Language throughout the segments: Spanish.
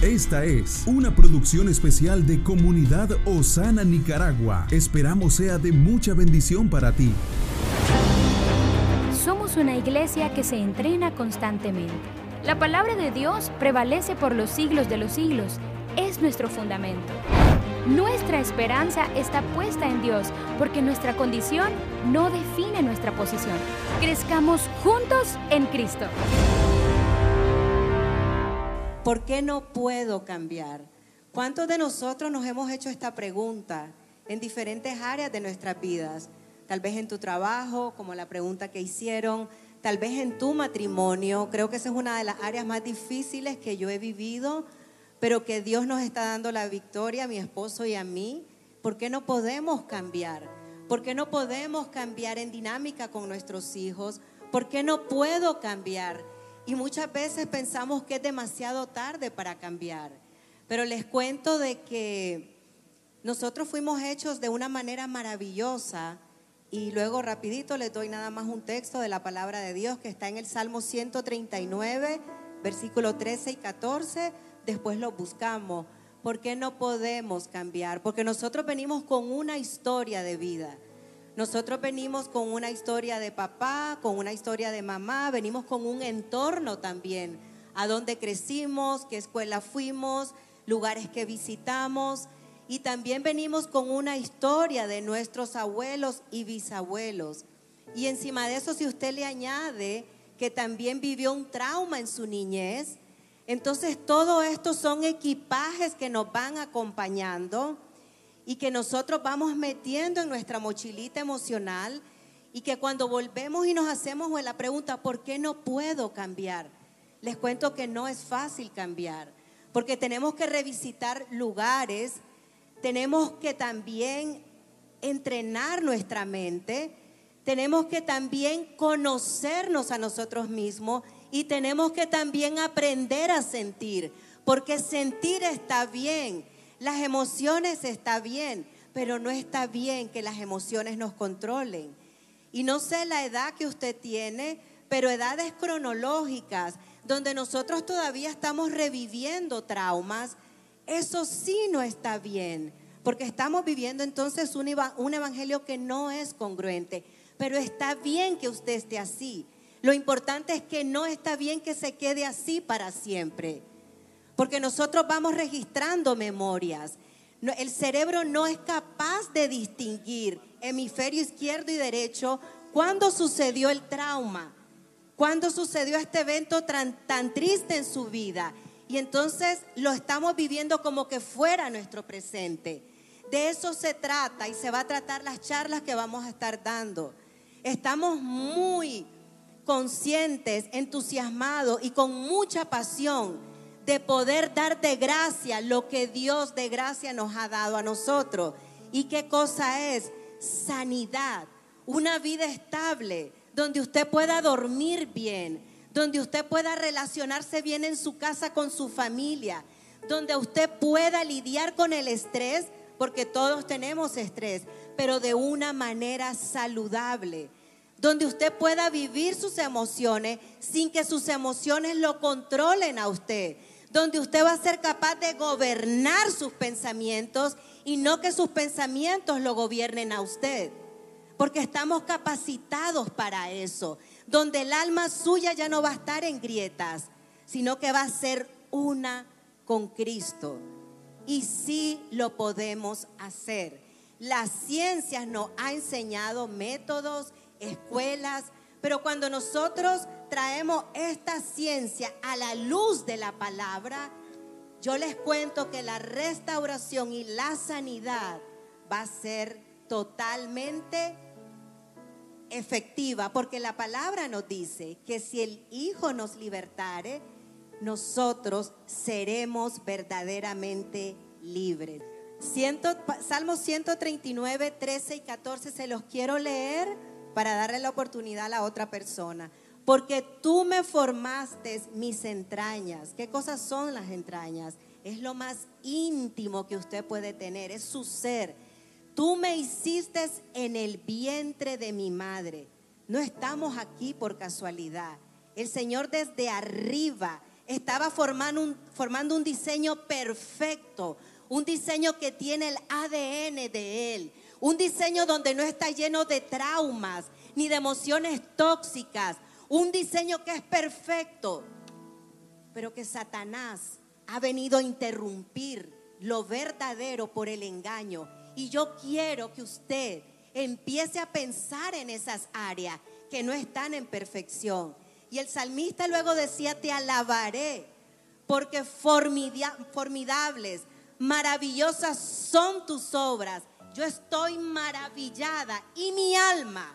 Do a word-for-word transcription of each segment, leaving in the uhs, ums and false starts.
Esta es una producción especial de Comunidad Osana Nicaragua. Esperamos sea de mucha bendición para ti. Somos una iglesia que se entrena constantemente. La palabra de Dios prevalece por los siglos de los siglos. Es nuestro fundamento. Nuestra esperanza está puesta en Dios porque nuestra condición no define nuestra posición. Crezcamos juntos en Cristo. ¿Por qué no puedo cambiar? ¿Cuántos de nosotros nos hemos hecho esta pregunta en diferentes áreas de nuestras vidas? Tal vez en tu trabajo, como la pregunta que hicieron, tal vez en tu matrimonio. Creo que esa es una de las áreas más difíciles que yo he vivido, pero que Dios nos está dando la victoria a mi esposo y a mí. ¿Por qué no podemos cambiar? ¿Por qué no podemos cambiar en dinámica con nuestros hijos? ¿Por qué no puedo cambiar? Y muchas veces pensamos que es demasiado tarde para cambiar. Pero les cuento de que nosotros fuimos hechos de una manera maravillosa. Y luego rapidito les doy nada más un texto de la palabra de Dios que está en el Salmo ciento treinta y nueve, versículos trece y catorce. Después lo buscamos. ¿Por qué no podemos cambiar? Porque nosotros venimos con una historia de vida. Nosotros venimos con una historia de papá, con una historia de mamá, venimos con un entorno también, a dónde crecimos, qué escuela fuimos, lugares que visitamos, y también venimos con una historia de nuestros abuelos y bisabuelos. Y encima de eso, si usted le añade que también vivió un trauma en su niñez, entonces todo esto son equipajes que nos van acompañando y que nosotros vamos metiendo en nuestra mochilita emocional, y que cuando volvemos y nos hacemos la pregunta, ¿por qué no puedo cambiar? Les cuento que no es fácil cambiar, porque tenemos que revisitar lugares, tenemos que también entrenar nuestra mente, tenemos que también conocernos a nosotros mismos y tenemos que también aprender a sentir, porque sentir está bien. Las emociones está bien, pero no está bien que las emociones nos controlen. Y no sé la edad que usted tiene, pero edades cronológicas, donde nosotros todavía estamos reviviendo traumas, eso sí no está bien, porque estamos viviendo entonces un, un evangelio que no es congruente. Pero está bien que usted esté así. Lo importante es que no está bien que se quede así para siempre. Porque nosotros vamos registrando memorias. El cerebro no es capaz de distinguir hemisferio izquierdo y derecho cuándo sucedió el trauma, cuándo sucedió este evento tan, tan triste en su vida. Y entonces lo estamos viviendo como que fuera nuestro presente. De eso se trata y se va a tratar las charlas que vamos a estar dando. Estamos muy conscientes, entusiasmados y con mucha pasión de poder dar de gracia lo que Dios de gracia nos ha dado a nosotros. ¿Y qué cosa es? Sanidad, una vida estable, donde usted pueda dormir bien, donde usted pueda relacionarse bien en su casa con su familia, donde usted pueda lidiar con el estrés, porque todos tenemos estrés, pero de una manera saludable, donde usted pueda vivir sus emociones sin que sus emociones lo controlen a usted, donde usted va a ser capaz de gobernar sus pensamientos y no que sus pensamientos lo gobiernen a usted, porque estamos capacitados para eso, donde el alma suya ya no va a estar en grietas, sino que va a ser una con Cristo. Y sí lo podemos hacer. La ciencia nos ha enseñado métodos, escuelas, pero cuando nosotros traemos esta ciencia a la luz de la palabra, yo les cuento que la restauración y la sanidad va a ser totalmente efectiva, porque la palabra nos dice que si el Hijo nos libertare, nosotros seremos verdaderamente libres. Ciento, Salmo ciento treinta y nueve, trece y catorce se los quiero leer para darle la oportunidad a la otra persona. Porque tú me formaste mis entrañas. ¿Qué cosas son las entrañas? Es lo más íntimo que usted puede tener, es su ser. Tú me hiciste en el vientre de mi madre. No estamos aquí por casualidad. El Señor desde arriba estaba formando un, formando un diseño perfecto, un diseño que tiene el A D N de Él, un diseño donde no está lleno de traumas ni de emociones tóxicas, un diseño que es perfecto, pero que Satanás ha venido a interrumpir lo verdadero por el engaño. Y yo quiero que usted empiece a pensar en esas áreas que no están en perfección. Y el salmista luego decía: te alabaré, porque formidables, maravillosas son tus obras. Yo estoy maravillada, y mi alma,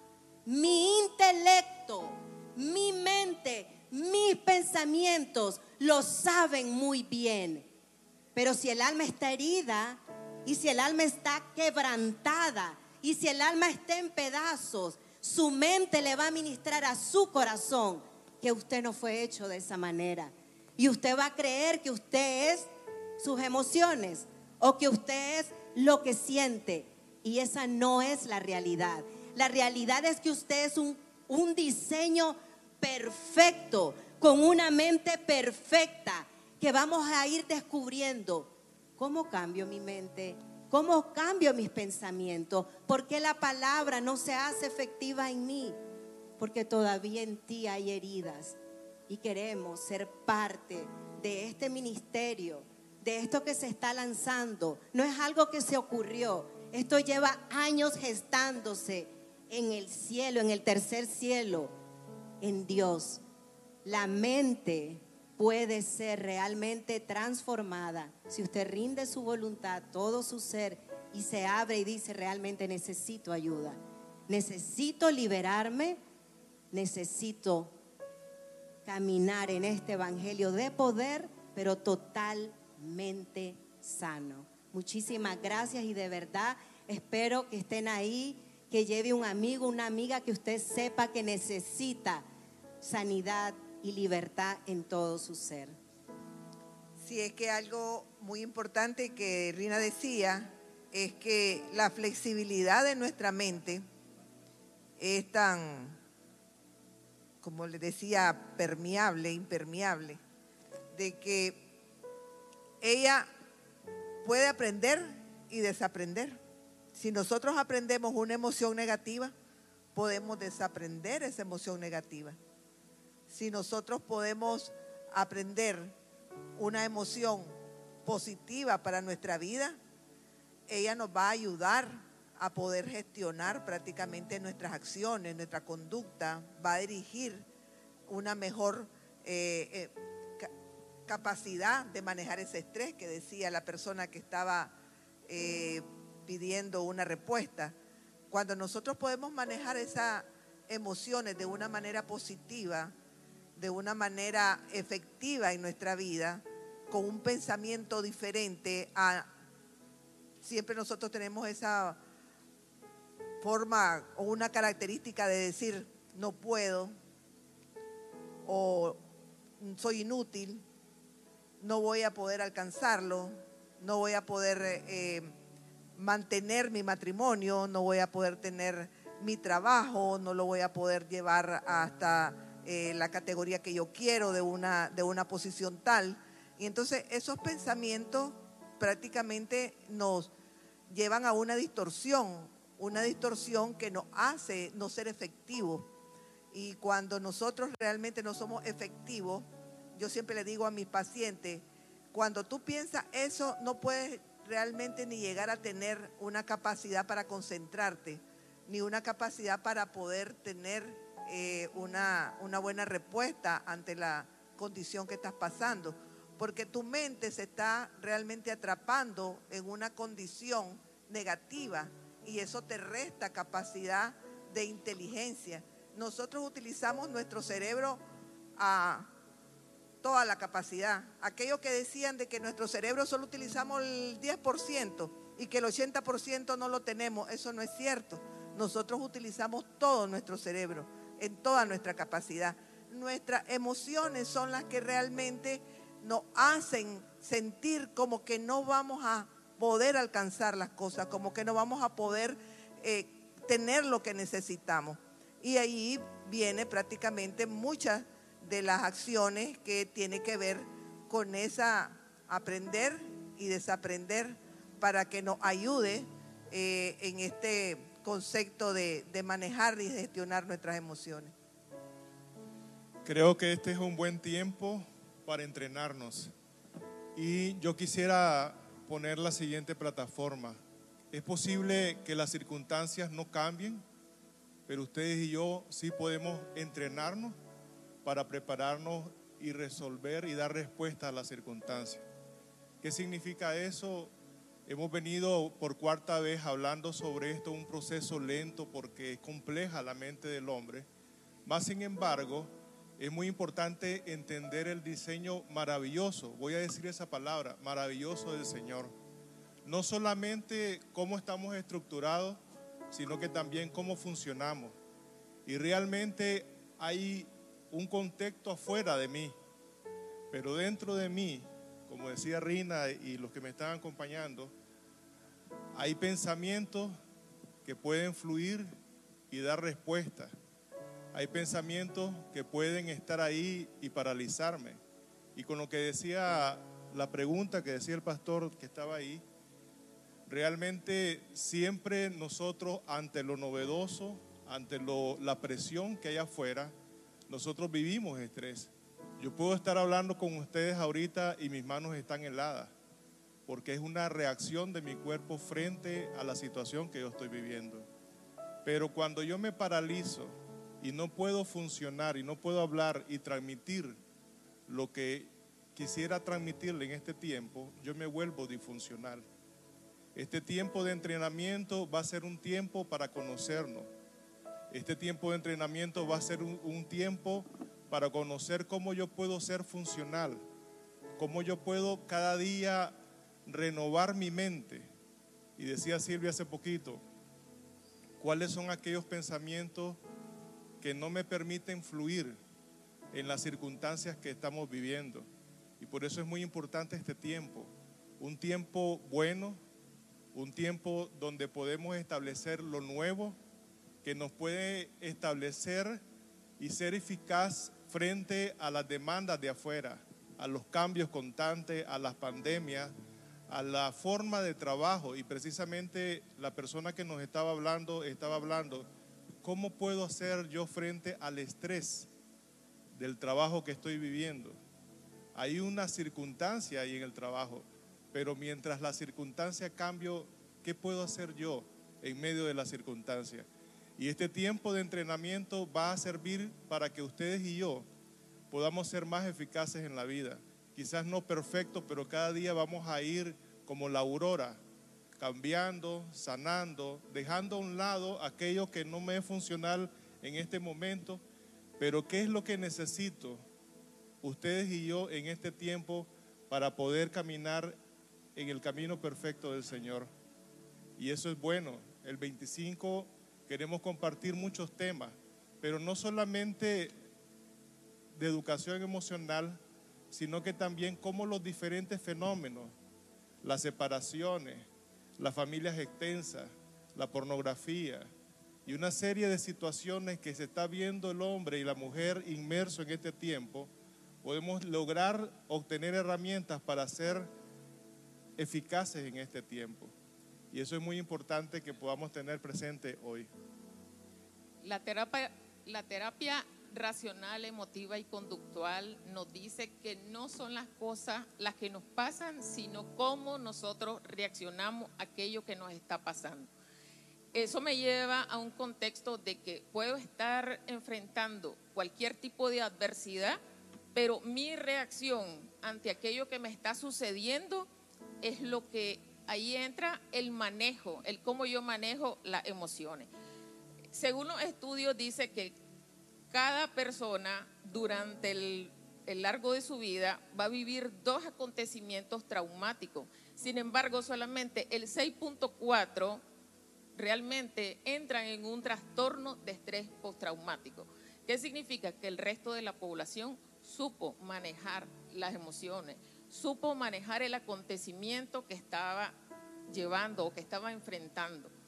mi intelecto, mi mente, mis pensamientos lo saben muy bien. Pero si el alma está herida, y si el alma está quebrantada, y si el alma está en pedazos, su mente le va a ministrar a su corazón que usted no fue hecho de esa manera. Y usted va a creer que usted es sus emociones, o que usted es lo que siente. Y esa no es la realidad. La realidad es que usted es un, un diseño perfecto, con una mente perfecta, que vamos a ir descubriendo. ¿Cómo cambio mi mente? ¿Cómo cambio mis pensamientos? ¿Por qué la palabra no se hace efectiva en mí? Porque todavía en ti hay heridas, y queremos ser parte de este ministerio, de esto que se está lanzando. No es algo que se ocurrió, esto lleva años gestándose en el cielo, en el tercer cielo, en Dios. La mente puede ser realmente transformada si usted rinde su voluntad, todo su ser, y se abre y dice: realmente necesito ayuda, necesito liberarme, necesito caminar en este evangelio de poder, pero totalmente sano. Muchísimas gracias, y de verdad espero que estén ahí, que lleve un amigo, una amiga que usted sepa que necesita sanidad y libertad en todo su ser. Sí, es que algo muy importante que Rina decía es que la flexibilidad de nuestra mente es tan, como le decía, permeable, impermeable, de que ella puede aprender y desaprender. Si nosotros aprendemos una emoción negativa, podemos desaprender esa emoción negativa. Si nosotros podemos aprender una emoción positiva para nuestra vida, ella nos va a ayudar a poder gestionar prácticamente nuestras acciones, nuestra conducta, va a dirigir una mejor eh, eh, ca capacidad de manejar ese estrés que decía la persona que estaba eh, pidiendo una respuesta. Cuando nosotros podemos manejar esas emociones de una manera positiva, de una manera efectiva en nuestra vida, con un pensamiento diferente a, siempre nosotros tenemos esa forma o una característica de decir no puedo, o soy inútil, no voy a poder alcanzarlo, no voy a poder eh, mantener mi matrimonio, no voy a poder tener mi trabajo, no lo voy a poder llevar hasta Eh, la categoría que yo quiero de una, de una posición tal. Y entonces esos pensamientos prácticamente nos llevan a una distorsión, una distorsión que nos hace no ser efectivos. Y cuando nosotros realmente no somos efectivos, yo siempre le digo a mis pacientes, cuando tú piensas eso, no puedes realmente ni llegar a tener una capacidad para concentrarte, ni una capacidad para poder tener Eh, una, una buena respuesta ante la condición que estás pasando, porque tu mente se está realmente atrapando en una condición negativa, y eso te resta capacidad de inteligencia. Nosotros utilizamos nuestro cerebro a toda la capacidad. Aquellos que decían de que nuestro cerebro solo utilizamos el diez por ciento y que el ochenta por ciento no lo tenemos, eso no es cierto. Nosotros utilizamos todo nuestro cerebro, en toda nuestra capacidad. Nuestras emociones son las que realmente nos hacen sentir como que no vamos a poder alcanzar las cosas, como que no vamos a poder eh, tener lo que necesitamos. Y ahí viene prácticamente muchas de las acciones que tiene que ver con esa aprender y desaprender para que nos ayude eh, en este concepto de, de manejar y gestionar nuestras emociones. Creo que este es un buen tiempo para entrenarnos y yo quisiera poner la siguiente plataforma. Es posible que las circunstancias no cambien, pero ustedes y yo sí podemos entrenarnos para prepararnos y resolver y dar respuesta a las circunstancias. ¿Qué significa eso? Hemos venido por cuarta vez hablando sobre esto, un proceso lento porque es compleja la mente del hombre. Más sin embargo, es muy importante entender el diseño maravilloso, voy a decir esa palabra, maravilloso del Señor. No solamente cómo estamos estructurados, sino que también cómo funcionamos. Y realmente hay un contexto afuera de mí, pero dentro de mí, como decía Rina y los que me están acompañando, hay pensamientos que pueden fluir y dar respuesta. Hay pensamientos que pueden estar ahí y paralizarme. Y con lo que decía la pregunta que decía el pastor que estaba ahí, realmente siempre nosotros ante lo novedoso, ante lo, la presión que hay afuera, nosotros vivimos estrés. Yo puedo estar hablando con ustedes ahorita y mis manos están heladas, porque es una reacción de mi cuerpo frente a la situación que yo estoy viviendo. Pero cuando yo me paralizo y no puedo funcionar y no puedo hablar y transmitir lo que quisiera transmitirle en este tiempo, yo me vuelvo disfuncional. Este tiempo de entrenamiento va a ser un tiempo para conocernos. Este tiempo de entrenamiento va a ser un, un tiempo para conocer cómo yo puedo ser funcional, cómo yo puedo cada día renovar mi mente. Y decía Silvia hace poquito, ¿cuáles son aquellos pensamientos que no me permiten fluir en las circunstancias que estamos viviendo? Y por eso es muy importante este tiempo, un tiempo bueno, un tiempo donde podemos establecer lo nuevo, que nos puede establecer y ser eficaz frente a las demandas de afuera, a los cambios constantes, a las pandemias, a la forma de trabajo. Y precisamente la persona que nos estaba hablando, estaba hablando, ¿cómo puedo hacer yo frente al estrés del trabajo que estoy viviendo? Hay una circunstancia ahí en el trabajo, pero mientras la circunstancia cambio, ¿qué puedo hacer yo en medio de la circunstancia? Y este tiempo de entrenamiento va a servir para que ustedes y yo podamos ser más eficaces en la vida. Quizás no perfectos, pero cada día vamos a ir como la aurora, cambiando, sanando, dejando a un lado aquello que no me es funcional en este momento. Pero ¿qué es lo que necesito ustedes y yo en este tiempo para poder caminar en el camino perfecto del Señor? Y eso es bueno. El veinticinco queremos compartir muchos temas, pero no solamente de educación emocional, sino que también cómo los diferentes fenómenos, las separaciones, las familias extensas, la pornografía y una serie de situaciones que se está viendo el hombre y la mujer inmerso en este tiempo, podemos lograr obtener herramientas para ser eficaces en este tiempo. Y eso es muy importante que podamos tener presente hoy. La terapia, la terapia racional, emotiva y conductual nos dice que no son las cosas las que nos pasan, sino cómo nosotros reaccionamos a aquello que nos está pasando. Eso me lleva a un contexto de que puedo estar enfrentando cualquier tipo de adversidad, pero mi reacción ante aquello que me está sucediendo es lo que ahí entra el manejo, el cómo yo manejo las emociones. Según los estudios dice que cada persona durante el, el largo de su vida va a vivir dos acontecimientos traumáticos. Sin embargo, solamente el seis punto cuatro realmente entran en un trastorno de estrés postraumático. ¿Qué significa? Que el resto de la población supo manejar las emociones, supo manejar el acontecimiento que estaba llevando o que estaba enfrentando.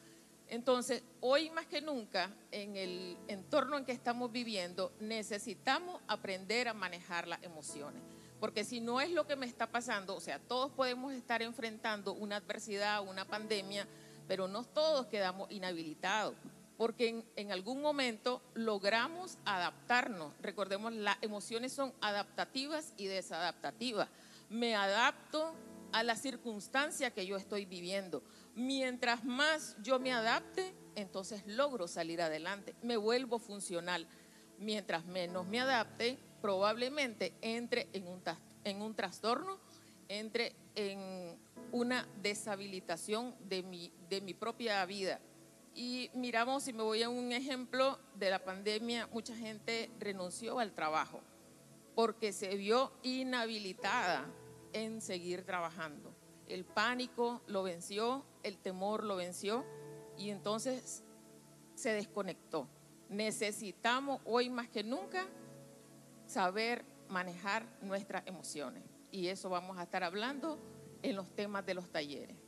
Entonces, hoy más que nunca, en el entorno en que estamos viviendo, necesitamos aprender a manejar las emociones. Porque si no es lo que me está pasando, o sea, todos podemos estar enfrentando una adversidad, una pandemia, pero no todos quedamos inhabilitados. Porque en, en algún momento logramos adaptarnos. Recordemos, las emociones son adaptativas y desadaptativas. Me adapto a la circunstancia que yo estoy viviendo. Mientras más yo me adapte, entonces logro salir adelante, me vuelvo funcional. Mientras menos me adapte, probablemente entre en un, en un trastorno, entre en una deshabilitación de mi, de mi propia vida. Y miramos, si me voy a un ejemplo de la pandemia, mucha gente renunció al trabajo porque se vio inhabilitada en seguir trabajando. El pánico lo venció, el temor lo venció y entonces se desconectó. Necesitamos hoy más que nunca saber manejar nuestras emociones y eso vamos a estar hablando en los temas de los talleres.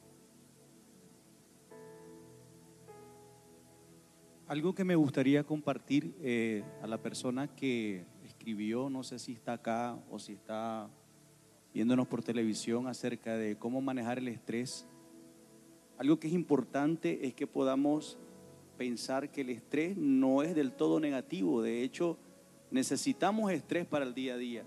Algo que me gustaría compartir eh, a la persona que escribió, no sé si está acá o si está viéndonos por televisión, acerca de cómo manejar el estrés. Algo que es importante es que podamos pensar que el estrés no es del todo negativo. De hecho, necesitamos estrés para el día a día.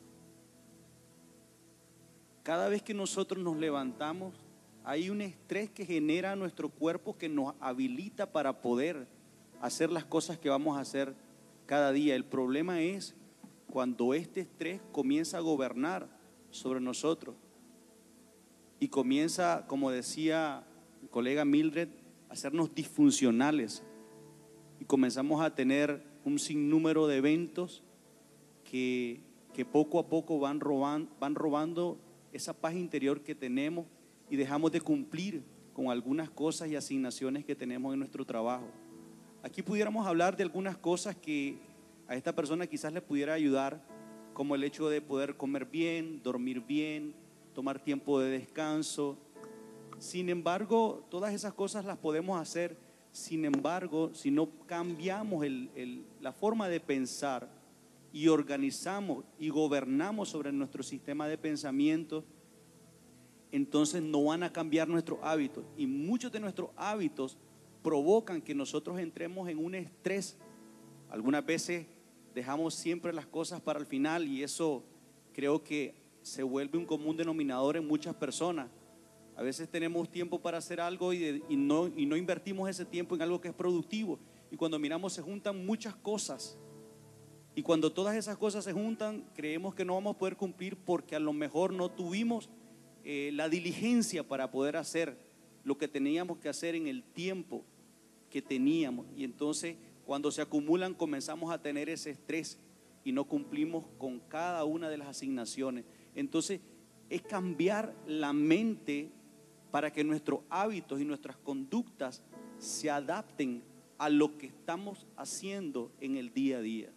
Cada vez que nosotros nos levantamos, hay un estrés que genera nuestro cuerpo que nos habilita para poder hacer las cosas que vamos a hacer cada día. El problema es cuando este estrés comienza a gobernar sobre nosotros y comienza, como decía el colega Mildred, a hacernos disfuncionales y comenzamos a tener un sinnúmero de eventos que, que poco a poco van robando, van robando esa paz interior que tenemos y dejamos de cumplir con algunas cosas y asignaciones que tenemos en nuestro trabajo. Aquí pudiéramos hablar de algunas cosas que a esta persona quizás le pudiera ayudar, como el hecho de poder comer bien, dormir bien, tomar tiempo de descanso. Sin embargo, todas esas cosas las podemos hacer. Sin embargo, si no cambiamos el, el, la forma de pensar y organizamos y gobernamos sobre nuestro sistema de pensamiento, entonces no van a cambiar nuestros hábitos. Y muchos de nuestros hábitos provocan que nosotros entremos en un estrés. Algunas veces dejamos siempre las cosas para el final y eso creo que se vuelve un común denominador en muchas personas. A veces tenemos tiempo para hacer algo y, de, y, no, y no invertimos ese tiempo en algo que es productivo. Y cuando miramos se juntan muchas cosas. Y cuando todas esas cosas se juntan, creemos que no vamos a poder cumplir porque a lo mejor no tuvimos eh, la diligencia para poder hacer lo que teníamos que hacer en el tiempo que teníamos. Y entonces cuando se acumulan comenzamos a tener ese estrés y no cumplimos con cada una de las asignaciones. Entonces es cambiar la mente para que nuestros hábitos y nuestras conductas se adapten a lo que estamos haciendo en el día a día.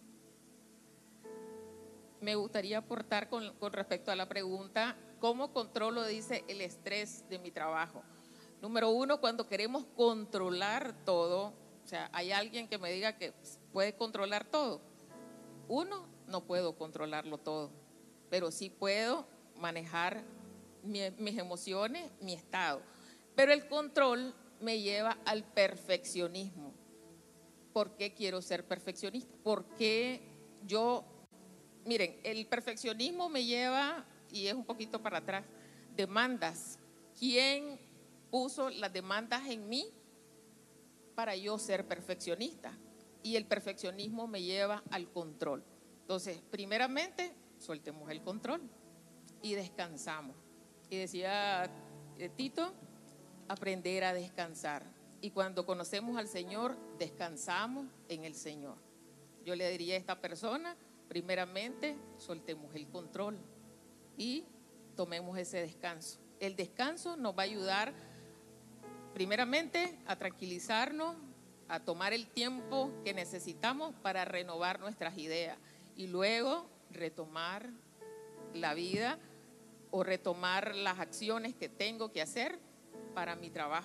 Me gustaría aportar con, con respecto a la pregunta, ¿cómo controlo, dice, el estrés de mi trabajo? Número uno, cuando queremos controlar todo, o sea, hay alguien que me diga que puede controlar todo. Uno, no puedo controlarlo todo, pero sí puedo manejar mi, mis emociones, mi estado. Pero el control me lleva al perfeccionismo. ¿Por qué quiero ser perfeccionista? Porque yo, miren, el perfeccionismo me lleva, y es un poquito para atrás, demandas. ¿Quién puso las demandas en mí para yo ser perfeccionista? Y el perfeccionismo me lleva al control. Entonces, primeramente, soltemos el control y descansamos. Y decía Tito, aprender a descansar. Y cuando conocemos al Señor, descansamos en el Señor. Yo le diría a esta persona, primeramente, soltemos el control y tomemos ese descanso. El descanso nos va a ayudar, primeramente, a tranquilizarnos, a tomar el tiempo que necesitamos para renovar nuestras ideas y luego retomar la vida o retomar las acciones que tengo que hacer para mi trabajo.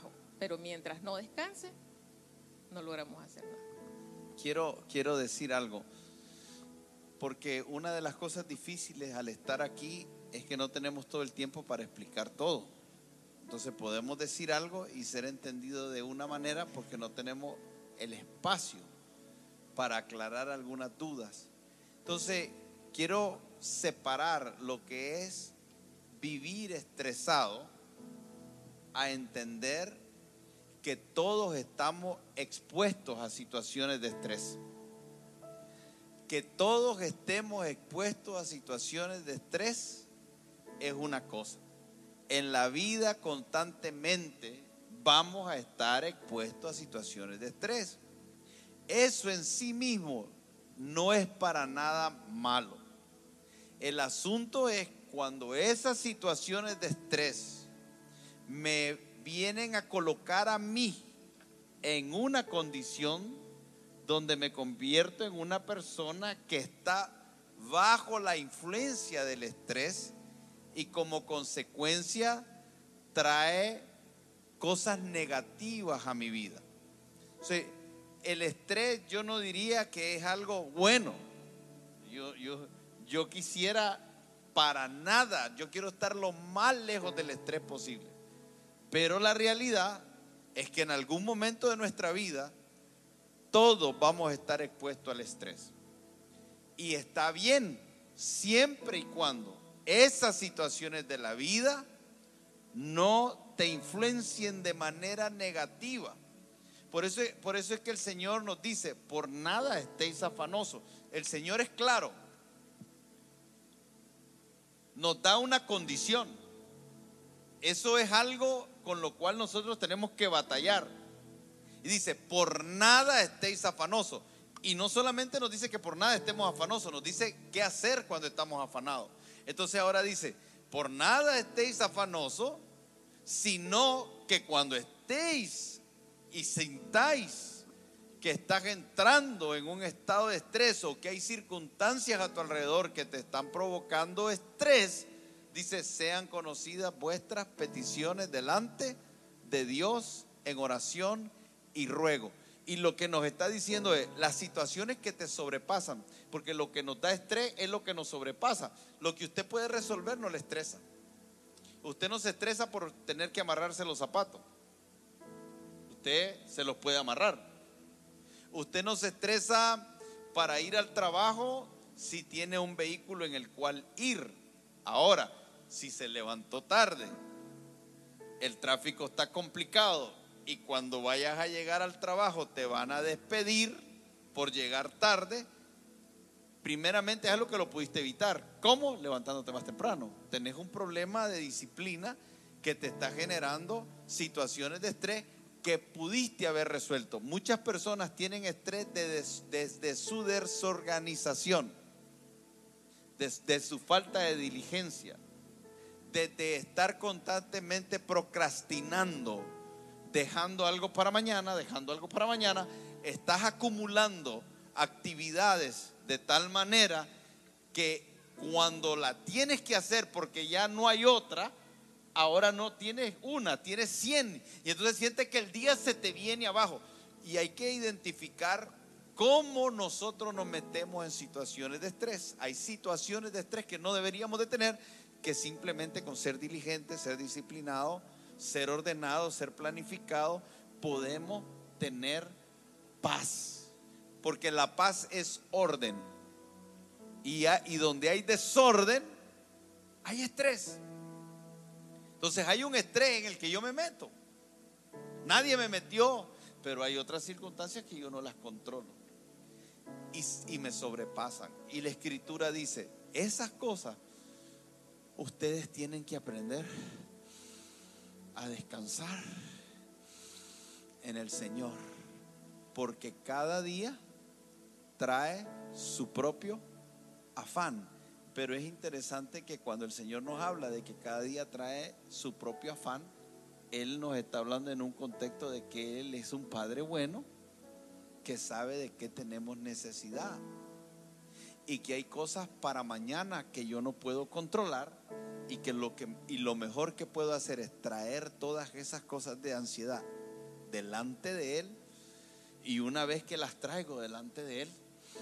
pero mientras no descanse, no logramos hacer nada. Quiero, quiero decir algo, porque una de las cosas difíciles al estar aquí es que no tenemos todo el tiempo para explicar todo. Entonces podemos decir algo y ser entendido de una manera porque no tenemos el espacio para aclarar algunas dudas. Entonces quiero separar lo que es vivir estresado a entender que todos estamos expuestos a situaciones de estrés. Que todos estemos expuestos a situaciones de estrés es una cosa. En la vida constantemente vamos a estar expuestos a situaciones de estrés. Eso en sí mismo no es para nada malo. El asunto es cuando esas situaciones de estrés me vienen a colocar a mí en una condición donde me convierto en una persona que está bajo la influencia del estrés y como consecuencia trae cosas negativas a mi vida. O sea, el estrés yo no diría que es algo bueno. Yo, yo, yo quisiera para nada, yo quiero estar lo más lejos del estrés posible. Pero la realidad es que en algún momento de nuestra vida todos vamos a estar expuestos al estrés. Y está bien, siempre y cuando esas situaciones de la vida no te influencien de manera negativa. Por eso, por eso es que el Señor nos dice, por nada estéis afanosos. El Señor es claro. Nos da una condición. Eso es algo con lo cual nosotros tenemos que batallar. Y dice, por nada estéis afanosos. Y no solamente nos dice que por nada estemos afanosos, nos dice qué hacer cuando estamos afanados. Entonces ahora dice, por nada estéis afanosos, sino que cuando estéis y sintáis que estás entrando en un estado de estrés o que hay circunstancias a tu alrededor que te están provocando estrés, dice, sean conocidas vuestras peticiones delante de Dios en oración y ruego. Y lo que nos está diciendo es las situaciones que te sobrepasan, porque lo que nos da estrés es lo que nos sobrepasa. Lo que usted puede resolver no le estresa. Usted no se estresa por tener que amarrarse los zapatos. Usted se los puede amarrar. Usted no se estresa para ir al trabajo si tiene un vehículo en el cual ir. Ahora, si se levantó tarde, el tráfico está complicado y cuando vayas a llegar al trabajo te van a despedir por llegar tarde, primeramente es algo que lo pudiste evitar. ¿Cómo? Levantándote más temprano. Tenés un problema de disciplina que te está generando situaciones de estrés que pudiste haber resuelto. Muchas personas tienen estrés desde de, de, de su desorganización, desde de su falta de diligencia, de, de estar constantemente procrastinando, dejando algo para mañana, dejando algo para mañana. Estás acumulando actividades de tal manera que cuando la tienes que hacer porque ya no hay otra, ahora no tienes una, tienes cien, y entonces sientes que el día se te viene abajo. Y hay que identificar cómo nosotros nos metemos en situaciones de estrés. Hay situaciones de estrés que no deberíamos de tener, que simplemente con ser diligente, ser disciplinado, ser ordenado, ser planificado, podemos tener paz. Porque la paz es orden. Y, a, y donde hay desorden, hay estrés. Entonces hay un estrés en el que yo me meto. Nadie me metió, pero hay otras circunstancias que yo no las controlo y, y me sobrepasan. Y la Escritura dice, esas cosas ustedes tienen que aprender a descansar en el Señor, porque cada día trae su propio afán. Pero es interesante que cuando el Señor nos habla de que cada día trae su propio afán, Él nos está hablando en un contexto de que Él es un Padre bueno, que sabe de qué tenemos necesidad y que hay cosas para mañana que yo no puedo controlar, y que lo, que, y lo mejor que puedo hacer es traer todas esas cosas de ansiedad delante de Él. Y una vez que las traigo delante de Él,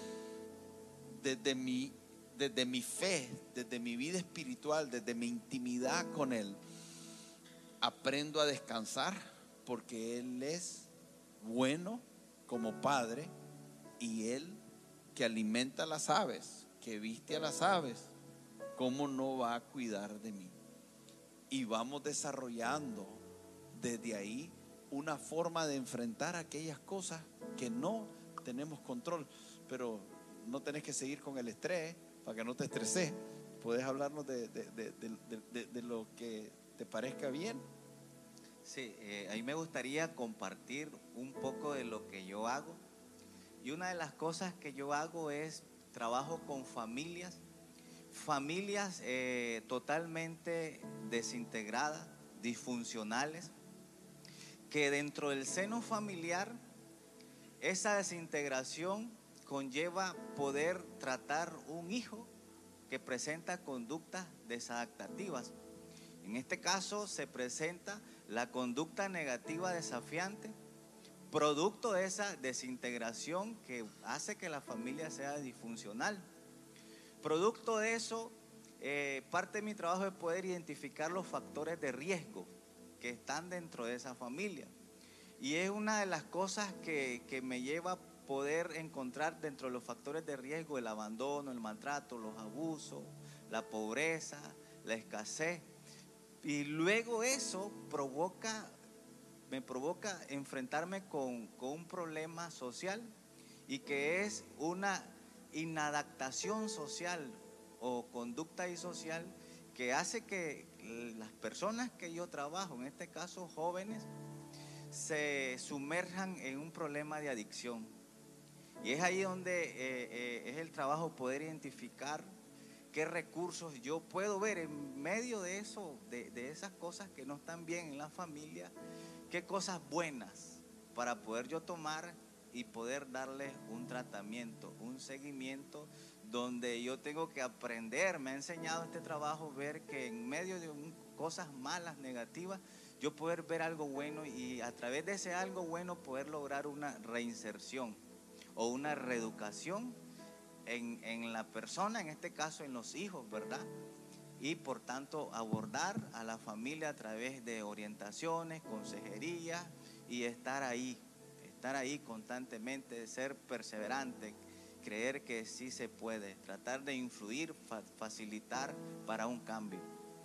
desde mi, desde mi fe, desde mi vida espiritual, desde mi intimidad con Él, aprendo a descansar, porque Él es bueno como Padre, y Él que alimenta a las aves, que viste a las aves, ¿cómo no va a cuidar de mí? Y vamos desarrollando desde ahí una forma de enfrentar aquellas cosas que no tenemos control. Pero no tenés que seguir con el estrés, para que no te estreses. ¿Puedes hablarnos de, de, de, de, de, de lo que te parezca bien? Sí, eh, a mí me gustaría compartir un poco de lo que yo hago. Y una de las cosas que yo hago es trabajo con familias, familias eh, totalmente desintegradas, disfuncionales, que dentro del seno familiar esa desintegración conlleva poder tratar un hijo que presenta conductas desadaptativas. En este caso se presenta la conducta negativa desafiante, producto de esa desintegración que hace que la familia sea disfuncional. Producto de eso, eh, parte de mi trabajo es poder identificar los factores de riesgo que están dentro de esa familia. Y es una de las cosas que, que me lleva a poder encontrar dentro de los factores de riesgo el abandono, el maltrato, los abusos, la pobreza, la escasez. Y luego eso provoca, me provoca enfrentarme con, con un problema social, y que es una inadaptación social o conducta disocial que hace que las personas que yo trabajo, en este caso jóvenes, se sumerjan en un problema de adicción. Y es ahí donde eh, eh, es el trabajo poder identificar qué recursos yo puedo ver en medio de eso, de, de esas cosas que no están bien en la familia, qué cosas buenas para poder yo tomar y poder darles un tratamiento, un seguimiento, donde yo tengo que aprender. Me ha enseñado este trabajo ver que en medio de un, cosas malas, negativas, yo poder ver algo bueno, y a través de ese algo bueno poder lograr una reinserción o una reeducación en, en la persona, en este caso en los hijos, ¿verdad? Y por tanto abordar a la familia a través de orientaciones, consejerías, y estar ahí, estar ahí constantemente, ser perseverante, creer que sí se puede, tratar de influir, fa- facilitar para un cambio.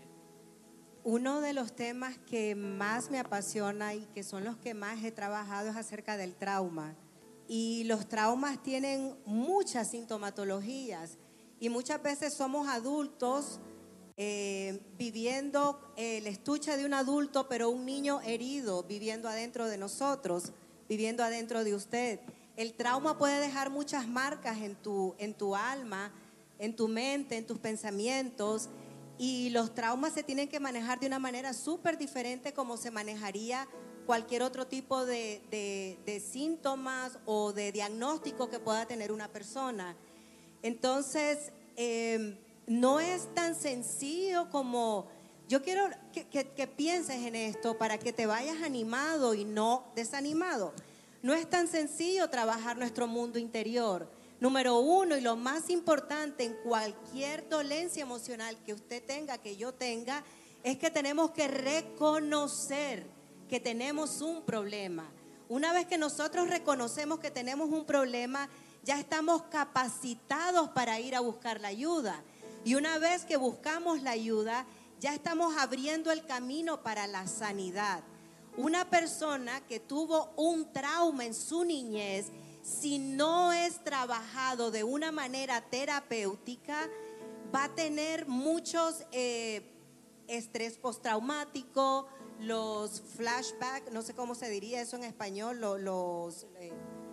Uno de los temas que más me apasiona y que son los que más he trabajado es acerca del trauma. Y los traumas tienen muchas sintomatologías, y muchas veces somos adultos eh, viviendo el estuche de un adulto, pero un niño herido viviendo adentro de nosotros, viviendo adentro de usted. El trauma puede dejar muchas marcas en tu, en tu alma, en tu mente, en tus pensamientos, y los traumas se tienen que manejar de una manera súper diferente como se manejaría cualquier otro tipo de, de, de síntomas o de diagnóstico que pueda tener una persona. Entonces, eh, no es tan sencillo como... Yo quiero que, que, que pienses en esto para que te vayas animado y no desanimado. No es tan sencillo trabajar nuestro mundo interior. Número uno, y lo más importante en cualquier dolencia emocional que usted tenga, que yo tenga, es que tenemos que reconocer que tenemos un problema. Una vez que nosotros reconocemos que tenemos un problema, ya estamos capacitados para ir a buscar la ayuda. Y una vez que buscamos la ayuda, ya estamos abriendo el camino para la sanidad. Una persona que tuvo un trauma en su niñez, si no es trabajado de una manera terapéutica, va a tener muchos eh, estrés postraumático, los flashbacks, no sé cómo se diría eso en español, los, los eh,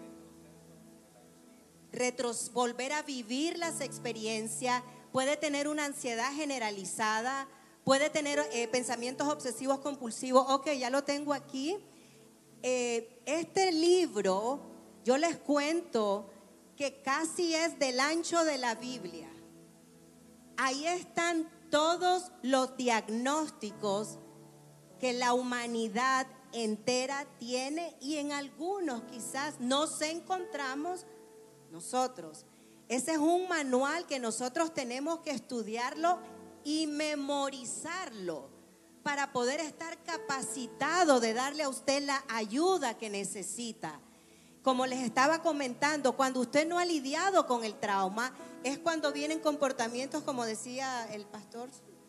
retros, volver a vivir las experiencias, puede tener una ansiedad generalizada, puede tener eh, pensamientos obsesivos compulsivos. Ok, ya lo tengo aquí. Eh, este libro, yo les cuento que casi es del ancho de la Biblia. Ahí están todos los diagnósticos que la humanidad entera tiene y en algunos quizás nos encontramos nosotros. Ese es un manual que nosotros tenemos que estudiarlo y memorizarlo para poder estar capacitado de darle a usted la ayuda que necesita. Como les estaba comentando, cuando usted no ha lidiado con el trauma, es cuando vienen comportamientos, como decía el pastor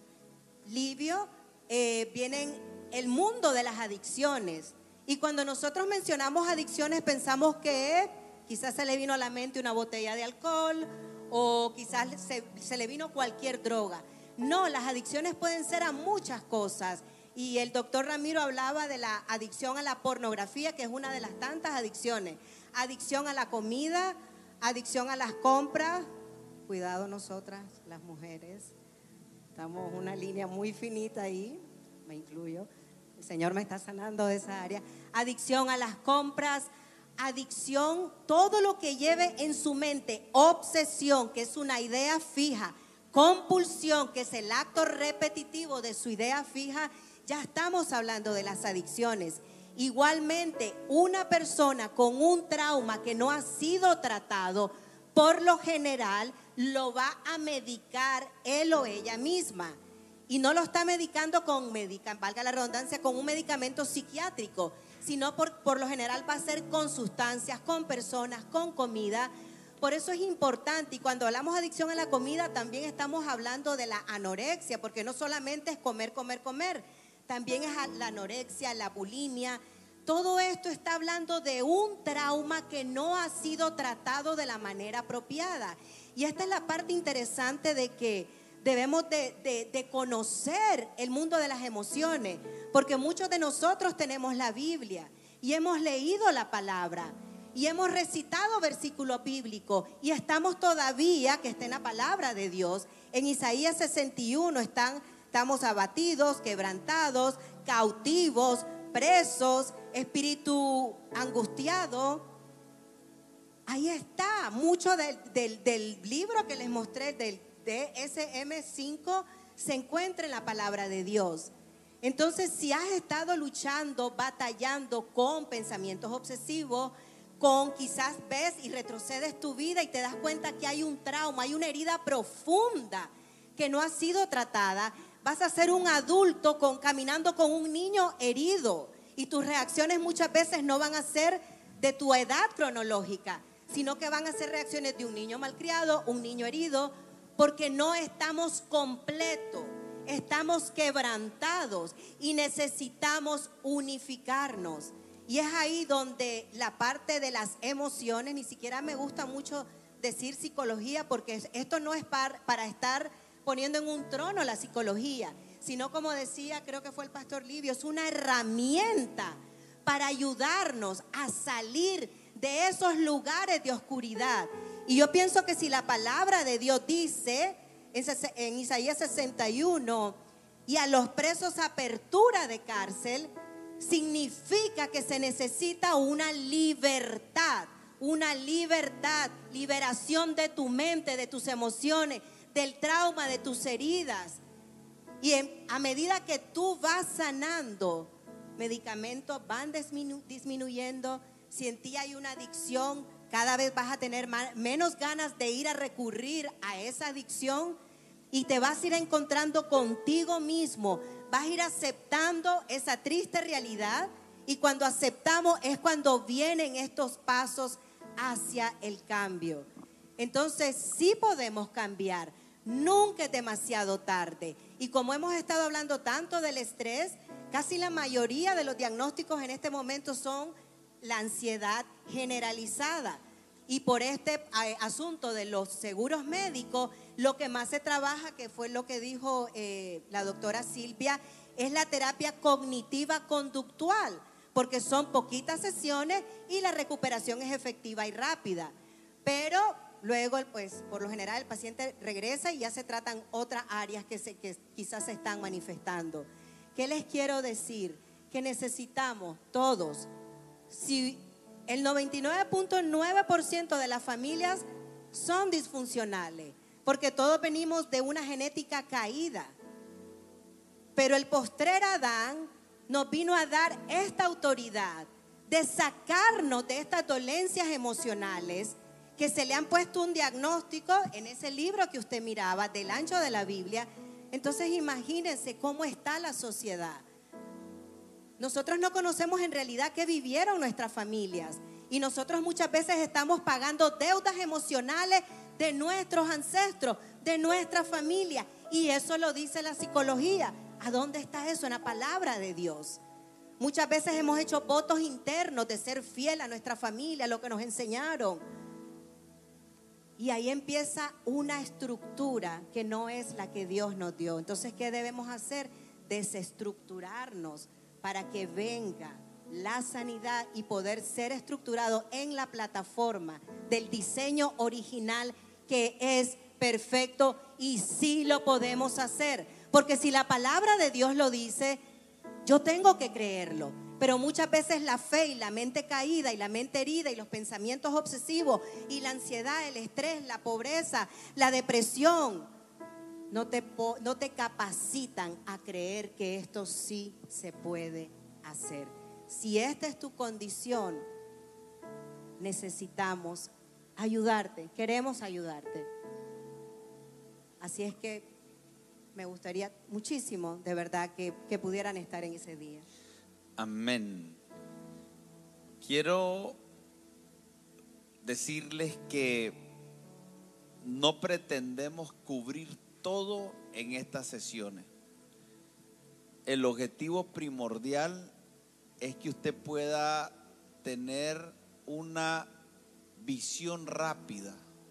Livio, eh, vienen el mundo de las adicciones. Y cuando nosotros mencionamos adicciones, pensamos que quizás se le vino a la mente una botella de alcohol o quizás se, se le vino cualquier droga. No, las adicciones pueden ser a muchas cosas. Y el doctor Ramiro hablaba de la adicción a la pornografía, que es una de las tantas adicciones. Adicción a la comida, adicción a las compras. Cuidado nosotras, las mujeres. Estamos en una línea muy finita ahí, me incluyo. El Señor me está sanando de esa área. Adicción a las compras, adicción, todo lo que lleve en su mente, obsesión, que es una idea fija, compulsión, que es el acto repetitivo de su idea fija. Ya estamos hablando de las adicciones. Igualmente, una persona con un trauma que no ha sido tratado, por lo general, lo va a medicar él o ella misma. Y no lo está medicando con, medica, valga la redundancia, con un medicamento psiquiátrico, sino por, por lo general va a ser con sustancias, con personas, con comida. Por eso es importante, y cuando hablamos de adicción a la comida, también estamos hablando de la anorexia, porque no solamente es comer, comer, comer, también es la anorexia, la bulimia. Todo esto está hablando de un trauma que no ha sido tratado de la manera apropiada. Y esta es la parte interesante de que debemos de, de, de conocer el mundo de las emociones, porque muchos de nosotros tenemos la Biblia y hemos leído la palabra y hemos recitado versículos bíblicos y estamos todavía, que está en la palabra de Dios, en Isaías sesenta y uno están, estamos abatidos, quebrantados, cautivos, presos, espíritu angustiado. Ahí está, mucho del, del, del libro que les mostré, del D S M cinco, se encuentra en la palabra de Dios. Entonces, si has estado luchando, batallando con pensamientos obsesivos, con quizás ves y retrocedes tu vida y te das cuenta que hay un trauma, hay una herida profunda que no ha sido tratada, vas a ser un adulto con, caminando con un niño herido y tus reacciones muchas veces no van a ser de tu edad cronológica, sino que van a ser reacciones de un niño malcriado, un niño herido, porque no estamos completos, estamos quebrantados y necesitamos unificarnos. Y es ahí donde la parte de las emociones, ni siquiera me gusta mucho decir psicología, porque esto no es para, para estar poniendo en un trono la psicología, sino, como decía, creo que fue el pastor Livio, es una herramienta para ayudarnos a salir de esos lugares de oscuridad. Y yo pienso que si la palabra de Dios dice en Isaías sesenta y uno, y a los presos apertura de cárcel, significa que se necesita una libertad, una libertad, liberación de tu mente, de tus emociones, del trauma, de tus heridas. Y en, a medida que tú vas sanando, medicamentos van disminu- disminuyendo. Si en ti hay una adicción, cada vez vas a tener más, menos ganas de ir a recurrir a esa adicción y te vas a ir encontrando contigo mismo. Vas a ir aceptando esa triste realidad, y cuando aceptamos es cuando vienen estos pasos hacia el cambio. Entonces sí podemos cambiar, nunca es demasiado tarde. Y como hemos estado hablando tanto del estrés, casi la mayoría de los diagnósticos en este momento son la ansiedad generalizada. Y por este eh, asunto de los seguros médicos, lo que más se trabaja, que fue lo que dijo eh, la doctora Silvia, es la terapia cognitiva conductual, porque son poquitas sesiones y la recuperación es efectiva y rápida. Pero luego, pues, por lo general el paciente regresa y ya se tratan otras áreas que, se, que quizás se están manifestando. ¿Qué les quiero decir? Que necesitamos todos, si el noventa y nueve punto nueve por ciento de las familias son disfuncionales, porque todos venimos de una genética caída, pero el postrer Adán nos vino a dar esta autoridad de sacarnos de estas dolencias emocionales que se le han puesto un diagnóstico en ese libro que usted miraba, del ancho de la Biblia. Entonces imagínense cómo está la sociedad. Nosotros no conocemos en realidad qué vivieron nuestras familias, y nosotros muchas veces estamos pagando deudas emocionales de nuestros ancestros, de nuestra familia, y eso lo dice la psicología. ¿A dónde está eso? En la palabra de Dios. Muchas veces hemos hecho votos internos de ser fiel a nuestra familia, a lo que nos enseñaron, y ahí empieza una estructura que no es la que Dios nos dio. Entonces, ¿qué debemos hacer? Desestructurarnos para que venga la sanidad y poder ser estructurado en la plataforma del diseño original, que es perfecto, y sí lo podemos hacer. Porque si la palabra de Dios lo dice, yo tengo que creerlo. Pero muchas veces la fe y la mente caída y la mente herida y los pensamientos obsesivos y la ansiedad, el estrés, la pobreza, la depresión, no te, no te capacitan a creer que esto sí se puede hacer. Si esta es tu condición, necesitamos ayudarte, queremos ayudarte. Así es que me gustaría muchísimo, de verdad, que, que pudieran estar en ese día. Amén. Quiero decirles que no pretendemos cubrir todo en estas sesiones. El objetivo primordial es que usted pueda tener una visión rápida,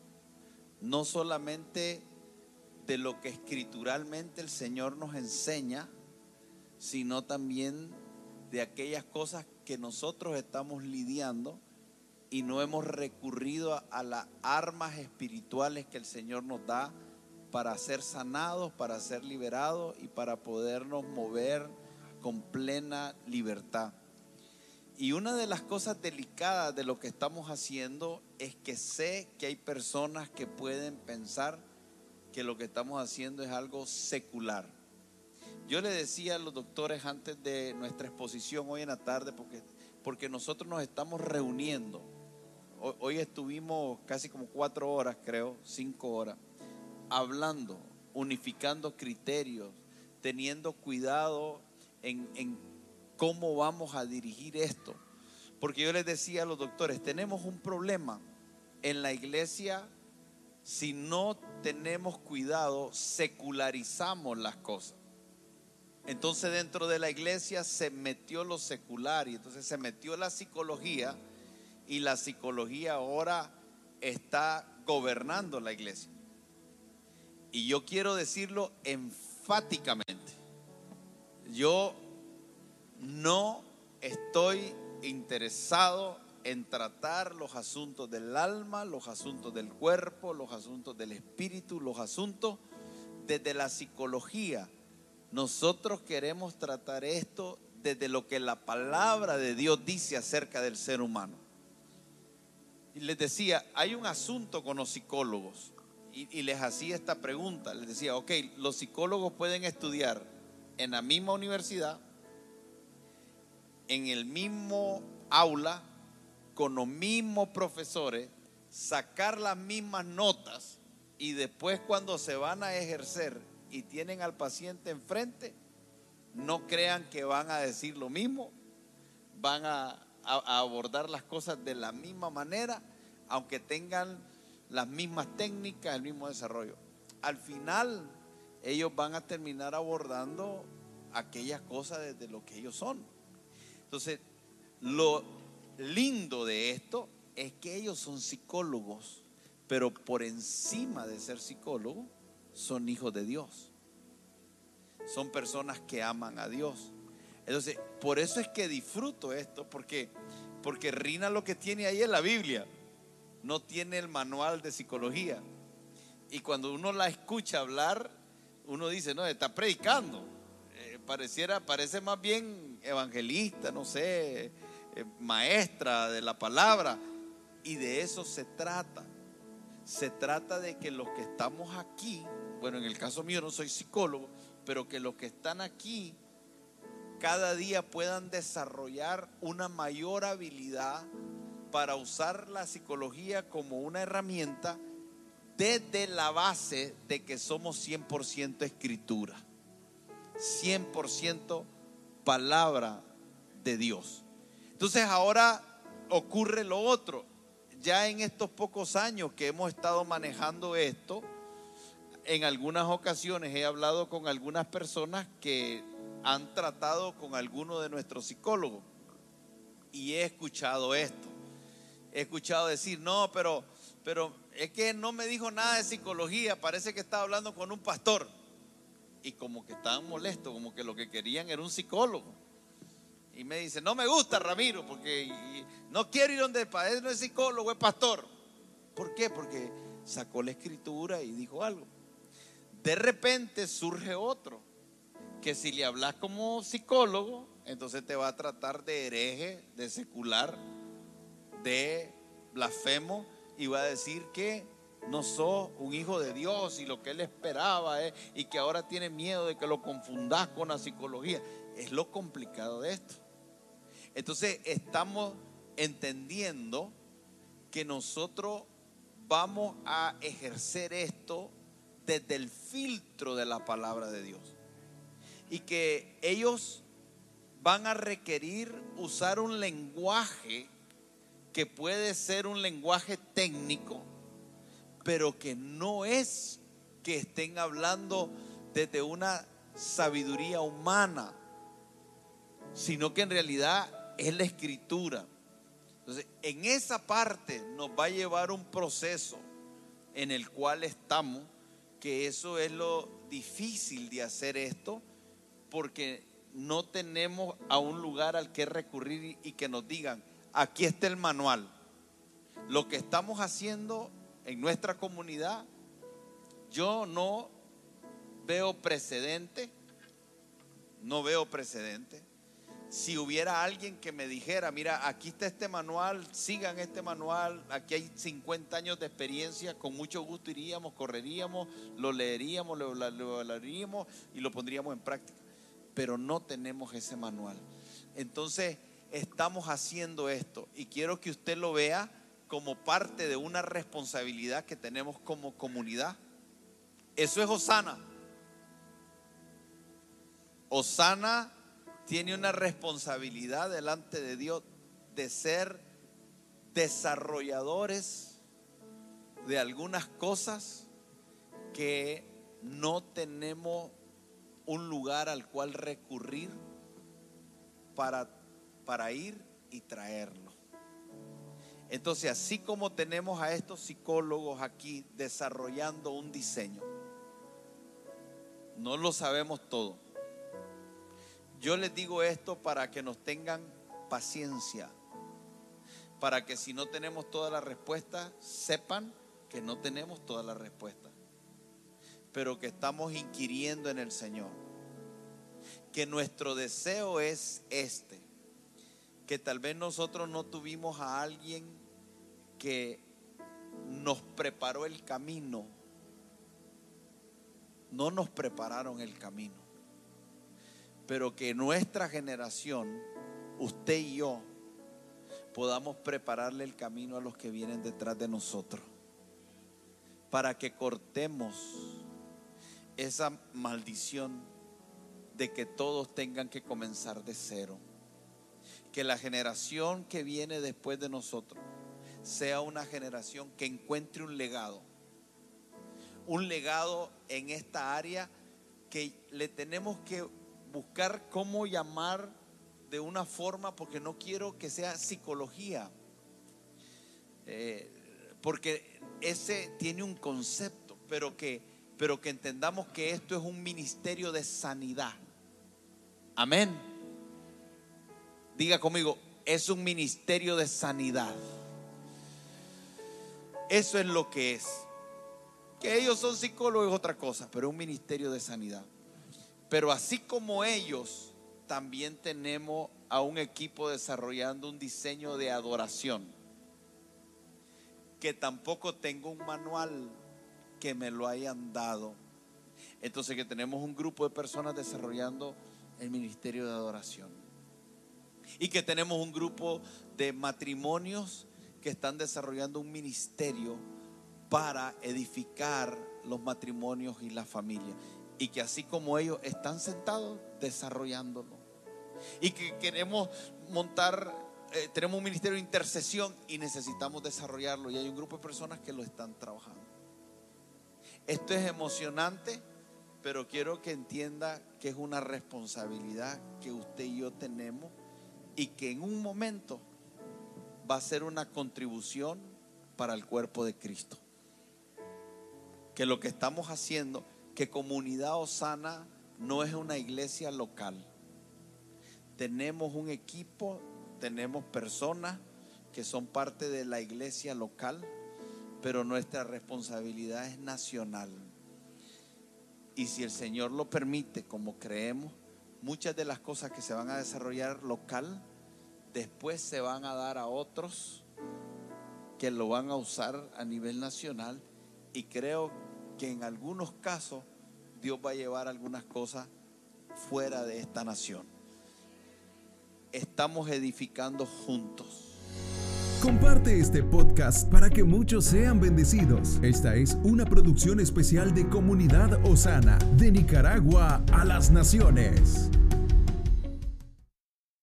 no solamente de lo que escrituralmente el Señor nos enseña, sino también de aquellas cosas que nosotros estamos lidiando y no hemos recurrido a, a las armas espirituales que el Señor nos da para ser sanados, para ser liberados y para podernos mover con plena libertad. Y una de las cosas delicadas de lo que estamos haciendo es que sé que hay personas que pueden pensar que lo que estamos haciendo es algo secular. Yo le decía a los doctores antes de nuestra exposición hoy en la tarde, porque, porque nosotros nos estamos reuniendo. Hoy, hoy estuvimos casi como cuatro horas, creo, cinco horas, hablando, unificando criterios, teniendo cuidado en, en cómo vamos a dirigir esto. Porque yo les decía a los doctores, tenemos un problema en la iglesia. Si no tenemos cuidado, secularizamos las cosas. Entonces dentro de la iglesia se metió lo secular, y entonces se metió la psicología, y la psicología ahora está gobernando la iglesia. Y yo quiero decirlo enfáticamente, yo no estoy interesado en tratar los asuntos del alma, los asuntos del cuerpo, los asuntos del espíritu, los asuntos desde la psicología. Nosotros queremos tratar esto desde lo que la palabra de Dios dice acerca del ser humano. Y les decía, hay un asunto con los psicólogos, y, y les hacía esta pregunta. Les decía, ok, los psicólogos pueden estudiar en la misma universidad, en el mismo aula, con los mismos profesores, sacar las mismas notas, y después cuando se van a ejercer y tienen al paciente enfrente, no crean que van a decir lo mismo, van a, a, a abordar las cosas de la misma manera, aunque tengan las mismas técnicas, el mismo desarrollo. Al final, ellos van a terminar abordando aquellas cosas desde lo que ellos son. Entonces, lo lindo de esto es que ellos son psicólogos, pero por encima de ser psicólogos, son hijos de Dios. Son personas que aman a Dios. Entonces, por eso es que disfruto esto, porque, porque Rina lo que tiene ahí es la Biblia, no tiene el manual de psicología. Y cuando uno la escucha hablar, uno dice, no, está predicando. Eh, pareciera, parece más bien evangelista, no sé, eh, maestra de la palabra. Y de eso se trata. Se trata de que los que estamos aquí, bueno, en el caso mío no soy psicólogo, pero que los que están aquí cada día puedan desarrollar una mayor habilidad para usar la psicología como una herramienta desde la base de que somos cien por ciento escritura, cien por ciento palabra de Dios. Entonces ahora ocurre lo otro. Ya en estos pocos años que hemos estado manejando esto, en algunas ocasiones he hablado con algunas personas que han tratado con alguno de nuestros psicólogos y he escuchado esto. He escuchado decir, no, pero, pero es que no me dijo nada de psicología, parece que estaba hablando con un pastor. Y como que estaban molestos, como que lo que querían era un psicólogo. Y me dice, no me gusta, Ramiro, porque no quiero ir donde el padre no es psicólogo, es pastor. ¿Por qué? Porque sacó la escritura y dijo algo. De repente surge otro, que si le hablas como psicólogo, entonces te va a tratar de hereje, de secular, de blasfemo, y va a decir que no sos un hijo de Dios y lo que él esperaba es, y que ahora tiene miedo de que lo confundas con la psicología. Es lo complicado de esto. Entonces estamos entendiendo que nosotros vamos a ejercer esto desde el filtro de la palabra de Dios, y que ellos van a requerir usar un lenguaje que puede ser un lenguaje técnico, pero que no es que estén hablando desde una sabiduría humana, sino que en realidad es la escritura. Entonces, en esa parte nos va a llevar un proceso en el cual estamos, que eso es lo difícil de hacer esto, porque no tenemos a un lugar al que recurrir y que nos digan, aquí está el manual. Lo que estamos haciendo en nuestra comunidad, yo no veo precedente, no veo precedente. Si hubiera alguien que me dijera, mira, aquí está este manual, sigan este manual, aquí hay cincuenta años de experiencia, con mucho gusto iríamos, correríamos, lo leeríamos, lo, lo hablaríamos y lo pondríamos en práctica. Pero no tenemos ese manual. Entonces estamos haciendo esto y quiero que usted lo vea como parte de una responsabilidad que tenemos como comunidad. Eso es Osana. Osana tiene una responsabilidad delante de Dios de ser desarrolladores de algunas cosas que no tenemos un lugar al cual recurrir para, para ir y traerlo. Entonces, así como tenemos a estos psicólogos aquí desarrollando un diseño, no lo sabemos todo. Yo les digo esto para que nos tengan paciencia, para que si no tenemos todas las respuestas, sepan que no tenemos todas las respuestas, pero que estamos inquiriendo en el Señor. Que nuestro deseo es este, que tal vez nosotros no tuvimos a alguien que nos preparó el camino, no nos prepararon el camino, pero que nuestra generación, usted y yo, podamos prepararle el camino a los que vienen detrás de nosotros, para que cortemos esa maldición de que todos tengan que comenzar de cero. Que la generación que viene después de nosotros sea una generación que encuentre un legado, un legado en esta área que le tenemos que buscar cómo llamar de una forma, porque no quiero que sea psicología, eh, porque ese tiene un concepto, pero que, pero que entendamos que esto es un ministerio de sanidad. Amén. Diga conmigo, es un ministerio de sanidad. Eso es lo que es. Que ellos son psicólogos es otra cosa, pero un ministerio de sanidad. Pero así como ellos, también tenemos a un equipo desarrollando un diseño de adoración, que tampoco tengo un manual que me lo hayan dado. Entonces que tenemos un grupo de personas desarrollando el ministerio de adoración. Y que tenemos un grupo de matrimonios que están desarrollando un ministerio para edificar los matrimonios y la familia. Y que así como ellos están sentados desarrollándolo. Y que queremos montar, eh, tenemos un ministerio de intercesión y necesitamos desarrollarlo. Y hay un grupo de personas que lo están trabajando. Esto es emocionante, pero quiero que entienda que es una responsabilidad que usted y yo tenemos y que en un momento va a ser una contribución para el cuerpo de Cristo. Que lo que estamos haciendo, que Comunidad Osana no es una iglesia local. Tenemos un equipo, tenemos personas que son parte de la iglesia local, pero nuestra responsabilidad es nacional. Y si el Señor lo permite, como creemos, muchas de las cosas que se van a desarrollar local, después se van a dar a otros que lo van a usar a nivel nacional. Y creo que en algunos casos Dios va a llevar algunas cosas fuera de esta nación. Estamos edificando juntos. Comparte este podcast para que muchos sean bendecidos. Esta es una producción especial de Comunidad Osana, de Nicaragua a las naciones.